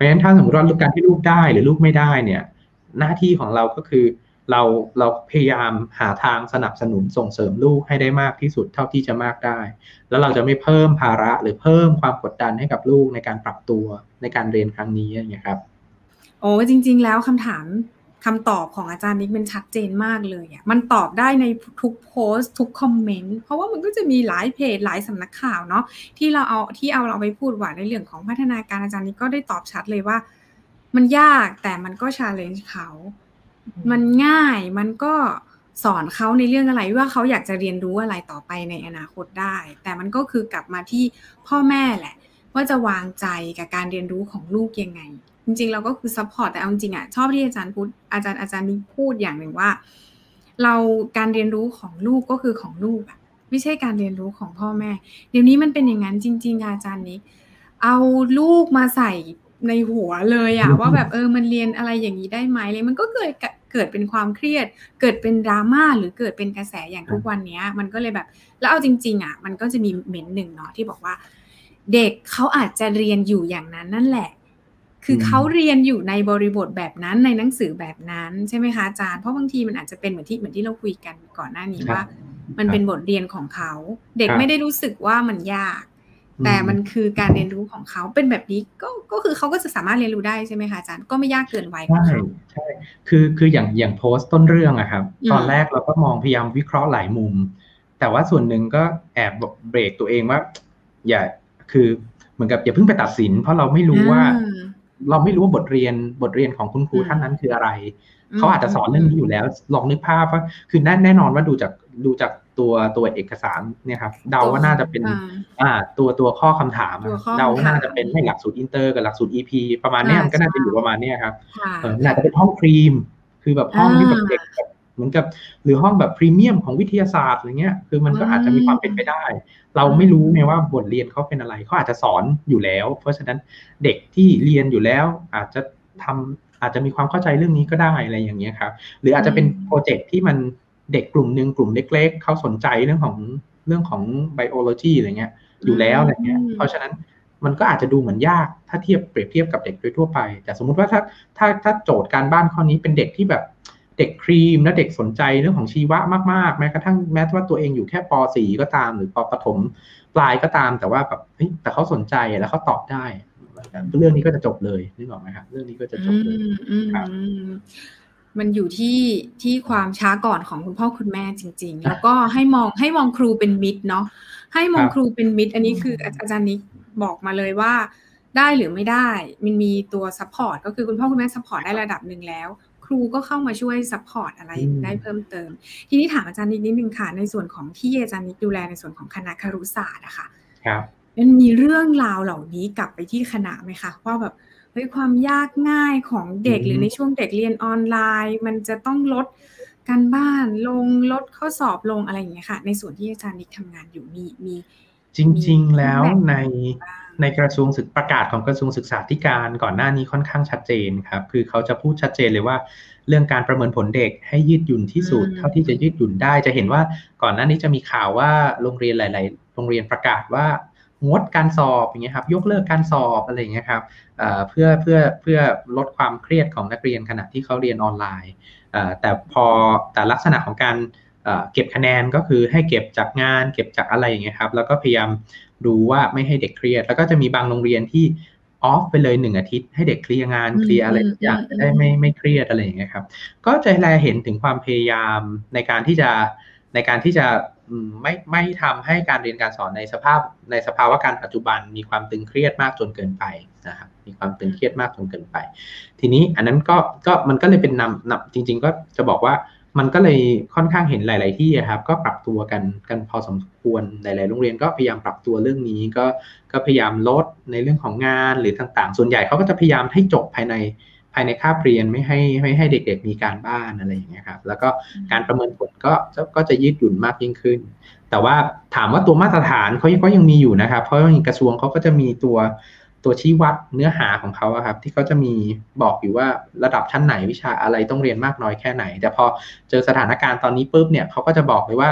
E: ราะฉะนั้นถ้าสมมติว่าการที่ลูกได้หรือลูกไม่ได้เนี่ยหน้าที่ของเราก็คือเราเราพยายามหาทางสนับสนุนส่งเสริมลูกให้ได้มากที่สุดเท่าที่จะมากได้แล้วเราจะไม่เพิ่มภาระหรือเพิ่มความกดดันให้กับลูกในการปรับตัวในการเรียนครั้งนี้อย่างเงี้ยครับ
C: โอ้จริงๆแล้วคำถามคำตอบของอาจารย์นิกมันชัดเจนมากเลยอ่ะมันตอบได้ในทุกโพสต์ทุกคอมเมนต์เพราะว่ามันก็จะมีหลายเพจหลายสำนักข่าวเนาะที่เราเอาที่เอาเราไปพูดว่าในเรื่องของพัฒนาการอาจารย์นิกก็ได้ตอบชัดเลยว่ามันยากแต่มันก็ challenge เขามันง่ายมันก็สอนเขาในเรื่องอะไรว่าเขาอยากจะเรียนรู้อะไรต่อไปในอนาคตได้แต่มันก็คือกลับมาที่พ่อแม่แหละว่าจะวางใจกับการเรียนรู้ของลูกยังไงจริงๆเราก็คือซัพพอร์ตแต่เอาจริงๆอ่ะชอบที่อาจารย์พูดอาจารย์อาจารย์นี่พูดอย่างหนึ่งว่าเราการเรียนรู้ของลูกก็คือของลูกอ่ะไม่ใช่การเรียนรู้ของพ่อแม่เดี๋ยวนี้มันเป็นอย่างนั้นจริงๆอาจารย์นิกเอาลูกมาใส่ในหัวเลยอ่ะ ว่าแบบเออมันเรียนอะไรอย่างนี้ได้ไหมเลยมันก็เกิดเกิดเป็นความเครียดเกิดเป็นดราม่าหรือเกิดเป็นกระแสอย่างทุกวันนี้มันก็เลยแบบแล้วเอาจริงๆอ่ะมันก็จะมีเม้นต์หนึ่งเนาะที่บอกว่าเด็กเขาอาจจะเรียนอยู่อย่างนั้นนั่นแหละคือเขาเรียนอยู่ในบริบทแบบนั้นในหนังสือแบบนั้นใช่ไหมคะอาจารย์เพราะบางทีมันอาจจะเป็นเหมือนที่เหมือนที่เราคุยกันก่อนหน้านี้ว่ามันเป็นบทเรียนของเขาเด็กไม่ได้รู้สึกว่ามันยากแต่มันคือการเรียนรู้ของเขาเป็นแบบนี้ก็ก็คือเขาก็จะสามารถเรียนรู้ได้ใช่ไหมคะอาจารย์ก็ไม่ยากเกินวัยของเขา
E: ใช่คือคืออย่างอย่างโพสต์ต้นเรื่องอะครับตอนแรกเราก็มองพยายามวิเคราะห์หลายมุมแต่ว่าส่วนหนึ่งก็แอบเบรกตัวเองว่าอย่าคือเหมือนกับอย่าเพิ่งไปตัดสินเพราะเราไม่รู้ว่าเราไม่รู้ว่าบทเรียนบทเรียนของคุณครูท่านนั้นคืออะไรเขาอาจจะสอนเรื่องนี้อยู่แล้วลองนึกภาพว่าคือแน่แน่นอนว่าดูจากดูจากตัวตัวเอกสารเนี่ยครับเดาว่าน่าจะเป็นอ่าตัวตัวข้อคำถามเดาว่าน่าจะเป็นให้หลักสูตรอินเตอร์กับหลักสูตร อี พี ประมาณนี้มันก็น่าจะอยู่ประมาณนี้ครับเออน่าจะเป็นห้องครีมคือแบบห้องที่แบบเด็กเหมือนกับหรือห้องแบบพรีเมียมของวิทยาศาสตร์อะไรเงี้ยคือมันก็อาจจะมีความเป็นไปได้เราไม่รู้ไงว่าบทเรียนเขาเป็นอะไรเขาอาจจะสอนอยู่แล้วเพราะฉะนั้นเด็กที่เรียนอยู่แล้วอาจจะทำอาจจะมีความเข้าใจเรื่องนี้ก็ได้อะไรอย่างเงี้ยครับหรืออาจจะเป็นโปรเจกต์ที่มันเด็กกลุ่มนึงกลุ่มเล็กๆเขาสนใจเรื่องของเรื่องของไบโอโลจีอะไรเงี้ยอยู่แล้วอะไรเงี้ยเพราะฉะนั้นมันก็อาจจะดูเหมือนยากถ้าเทียบเปรียบเทียบกับเด็กโดยทั่วไปแต่สมมุติว่าถ้าถ้าถ้าโจทย์การบ้านข้อนี้เป็นเด็กที่แบบเด็กครีมและเด็กสนใจเรื่องของชีวะมากๆแม้กระทั่งแม้ว่าตัวเองอยู่แค่ป สี่ ก็ตามหรือปประถมปลายก็ตามแต่ว่าแบบเฮ้ยแต่เขาสนใจแล้วเขาตอบได้เรื่องนี้ก็จะจบเลยนึกออกไหมครับเรื่องนี้ก็จะจบเลยครับ
C: มันอยู่ที่ที่ความช้าก่อนของคุณพ่อคุณแม่จริงๆแล้วก็ให้มองให้มองครูเป็นมิตรเนาะให้มองครูเป็นมิตรอันนี้คืออาจารย์นิกบอกมาเลยว่าได้หรือไม่ได้มันมีตัวซัพพอร์ตก็คือคุณพ่อคุณแม่ซัพพอร์ตได้ระดับหนึ่งแล้วครูก็เข้ามาช่วยซัพพอร์ตอะไรได้เพิ่มเติมทีนี้ถามอาจารย์นิกนิดนึงค่ะในส่วนของที่อาจารย์นิกดูแลในส่วนของคณะครุศาสตร์อะค่ะ
E: ครับ
C: มันมีเรื่องราวเหล่านี้กลับไปที่คณะไหมคะว่าแบบเฮ้ยความยากง่ายของเด็กหรือในช่วงเด็กเรียนออนไลน์มันจะต้องลดการบ้านลงลดข้อสอบลงอะไรอย่างเงี้ยค่ะในส่วนที่อาจารย์นิกทำงานอยู่มีมี
E: จริงๆแล้วในในกระทรวงศึกประกาศของกระทรวงศึกษาธิการก่อนหน้านี้ค่อนข้างชัดเจนครับคือเขาจะพูดชัดเจนเลยว่าเรื่องการประเมินผลเด็กให้ยืดหยุ่นที่สุดเท่าที่จะยืดหยุ่นได้จะเห็นว่าก่อนหน้านี้จะมีข่าวว่าโรงเรียนหลายๆโรงเรียนประกาศว่างดการสอบอย่างเงี้ยครับยกเลิกการสอบอะไรอย่างเงี้ยครับเอ่อเพื่อเพื่อเพื่อลดความเครียดของนักเรียนขณะที่เขาเรียนออนไลน์เอ่อแต่พอแต่ลักษณะของการเอ่อเก็บคะแนนก็คือให้เก็บจากงานเก็บจากอะไรอย่างเงี้ยครับแล้วก็พยายามดูว่าไม่ให้เด็กเครียดแล้วก็จะมีบางโรงเรียนที่ออฟไปเลยหนึ่งอาทิตย์ให้เด็กเคลียร์งานเคลียร์อะไรทุกอย่างจะได้ไม่ไม่เครียดอะไรอย่างเงี้ยครับก็จะแลเห็นถึงความพยายามในการที่จะในการที่จะไม่ไม่ทำให้การเรียนการสอนในสภาพในสภาวะการปัจจุบันมีความตึงเครียดมากจนเกินไปนะครับมีความตึงเครียดมากจนเกินไปทีนี้อันนั้นก็ก็มันก็เลยเป็นนำนำจริงๆก็จะบอกว่ามันก็เลยค่อนข้างเห็นหลายๆที่ครับก็ปรับตัวกันกันพอสมควรหลายๆโรงเรียนก็พยายามปรับตัวเรื่องนี้ก็ก็พยายามลดในเรื่องของงานหรือต่างๆส่วนใหญ่เขาก็จะพยายามให้จบภายในภายในคาบเรียนไม่ให้ไม่ให้เด็กๆมีการบ้านอะไรอย่างเงี้ยครับแล้วก็การประเมินผลก็ก็จะยืดหยุ่นมากยิ่งขึ้นแต่ว่าถามว่าตัวมาตรฐานเขาก็ยังมีอยู่นะครับเพราะว่ากระทรวงเขาก็จะมีตัวตัวชี้วัดเนื้อหาของเขาครับที่เขาจะมีบอกอยู่ว่าระดับชั้นไหนวิชาอะไรต้องเรียนมากน้อยแค่ไหนแต่พอเจอสถานการณ์ตอนนี้ปุ๊บเนี่ยเขาก็จะบอกเลยว่า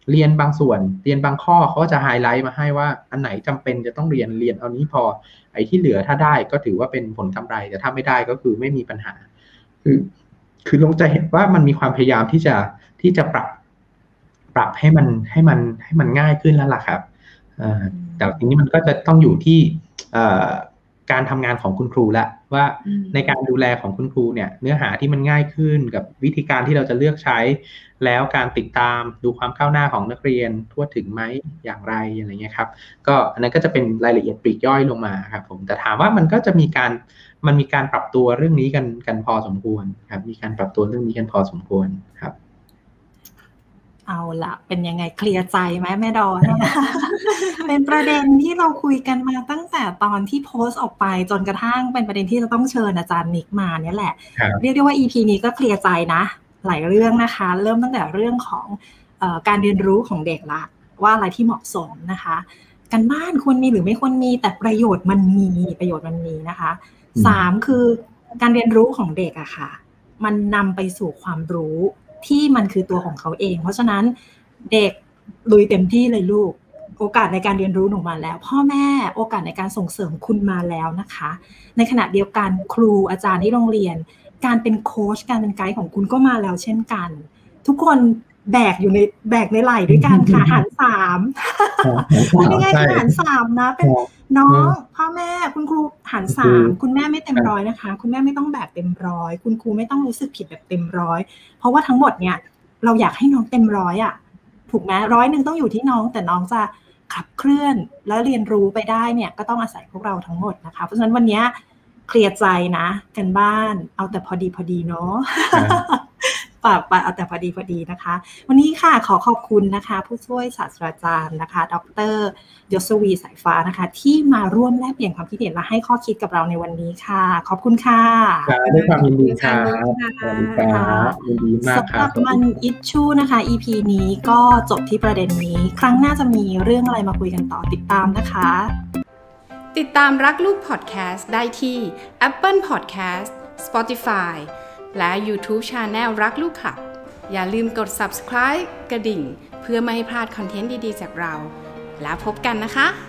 E: เรียนบางส่วนเรียนบางข้อเขาจะไฮไลท์มาให้ว่าอันไหนจำเป็นจะต้องเรียนเรียนเอานี้พอไอ้ที่เหลือถ้าได้ก็ถือว่าเป็นผลกำไรแต่ถ้าไม่ได้ก็คือไม่มีปัญหาคือคือลงจะเห็นว่ามันมีความพยายามที่จะที่จะปรับปรับให้มันให้มันให้มันง่ายขึ้นแล้วล่ะครับแต่ทีนี้มันก็จะต้องอยู่ที่การทำงานของคุณครูละว่าในการดูแลของคุณครูเนี่ยเนื้อหาที่มันง่ายขึ้นกับวิธีการที่เราจะเลือกใช้แล้วการติดตามดูความก้าวหน้าของนักเรียนทั่วถึงไหมอย่างไรอะไรเงี้ยครับก็อันนั้นก็จะเป็นรายละเอียดปลีกย่อยลงมาครับผมแต่ถามว่ามันก็จะมีการมันมีการปรับตัวเรื่องนี้กันกันพอสมควรครับมีการปรับตัวเรื่องนี้กันพอสมควรครับ
D: เอาละเป็นยังไงเคลียร์ใจไหมแม่ดอน เป็นประเด็นที่เราคุยกันมาตั้งแต่ตอนที่โพสต์ออกไปจนกระทั่งเป็นประเด็นที่จะต้องเชิญอาจารย์นิกมาเนี่ยแหละเรียกได้ว่า อี พี นี้ก็เคลียร์ใจนะหลายเรื่องนะคะเริ่มตั้งแต่เรื่องของเอ่อการเรียนรู้ของเด็กละว่าอะไรที่เหมาะสมนะคะการบ้านควรมีหรือไม่ควรมีแต่ประโยชน์มันมีประโยชน์มันมีนะคะสามคือการเรียนรู้ของเด็กอะค่ะมันนำไปสู่ความรู้ที่มันคือตัวของเขาเองเพราะฉะนั้นเด็กลุยเต็มที่เลยลูกโอกาสในการเรียนรู้หนูมาแล้วพ่อแม่โอกาสในการส่งเสริมคุณมาแล้วนะคะในขณะเดียวกันครูอาจารย์ที่โรงเรียนการเป็นโค้ชการเป็นไกด์ของคุณก็มาแล้วเช่นกันทุกคนแบกอยู่ในแบกในไหล่ด้วยกันค่ะหารสามไม่ง่ายๆหารสามนะเป็นน้องพ่อแม่คุณครูหารสามคุณแม่ไม่เต็มร้อยนะคะคุณแม่ไม่ต้องแบกเต็มร้อยคุณครูไม่ต้องรู้สึกผิดแบบเต็มร้อยเพราะว่าทั้งหมดเนี่ยเราอยากให้น้องเต็มร้อยอ่ะถูกไหมร้อยหนึ่งต้องอยู่ที่น้องแต่น้องจะขับเคลื่อนแล้วเรียนรู้ไปได้เนี่ยก็ต้องอาศัยพวกเราทั้งหมดนะคะเพราะฉะนั้นวันนี้เคลียร์ใจนะกันบ้านเอาแต่พอดีพอดีเนาะฝากไปเอาแต่พอดีพอดีนะคะวันนี้ค่ะขอขอบคุณนะคะผู้ช่วยศาสตราจารย์นะคะดร.ยศวีสายฟ้านะคะที่มาร่วมแลกเปลี่ยนความคิดเห็นและให้ข้อคิดกับเราในวันนี้ค่ะขอบคุณค่ะ
E: ด้วยความยินดีครับสวัสดีครับยินดีมากครับ
D: สำหรับมันอิชชูนะคะ อี พี นี้ก็จบที่ประเด็นนี้ครั้งหน้าจะมีเรื่องอะไรมาคุยกันต่อติดตามนะคะ
F: ติดตามรักลูกพอดแคสต์ได้ที่ Apple Podcast Spotify และ YouTube Channel รักลูกค่ะอย่าลืมกด Subscribe กระดิ่งเพื่อไม่ให้พลาดคอนเทนต์ดีๆจากเราแล้วพบกันนะคะ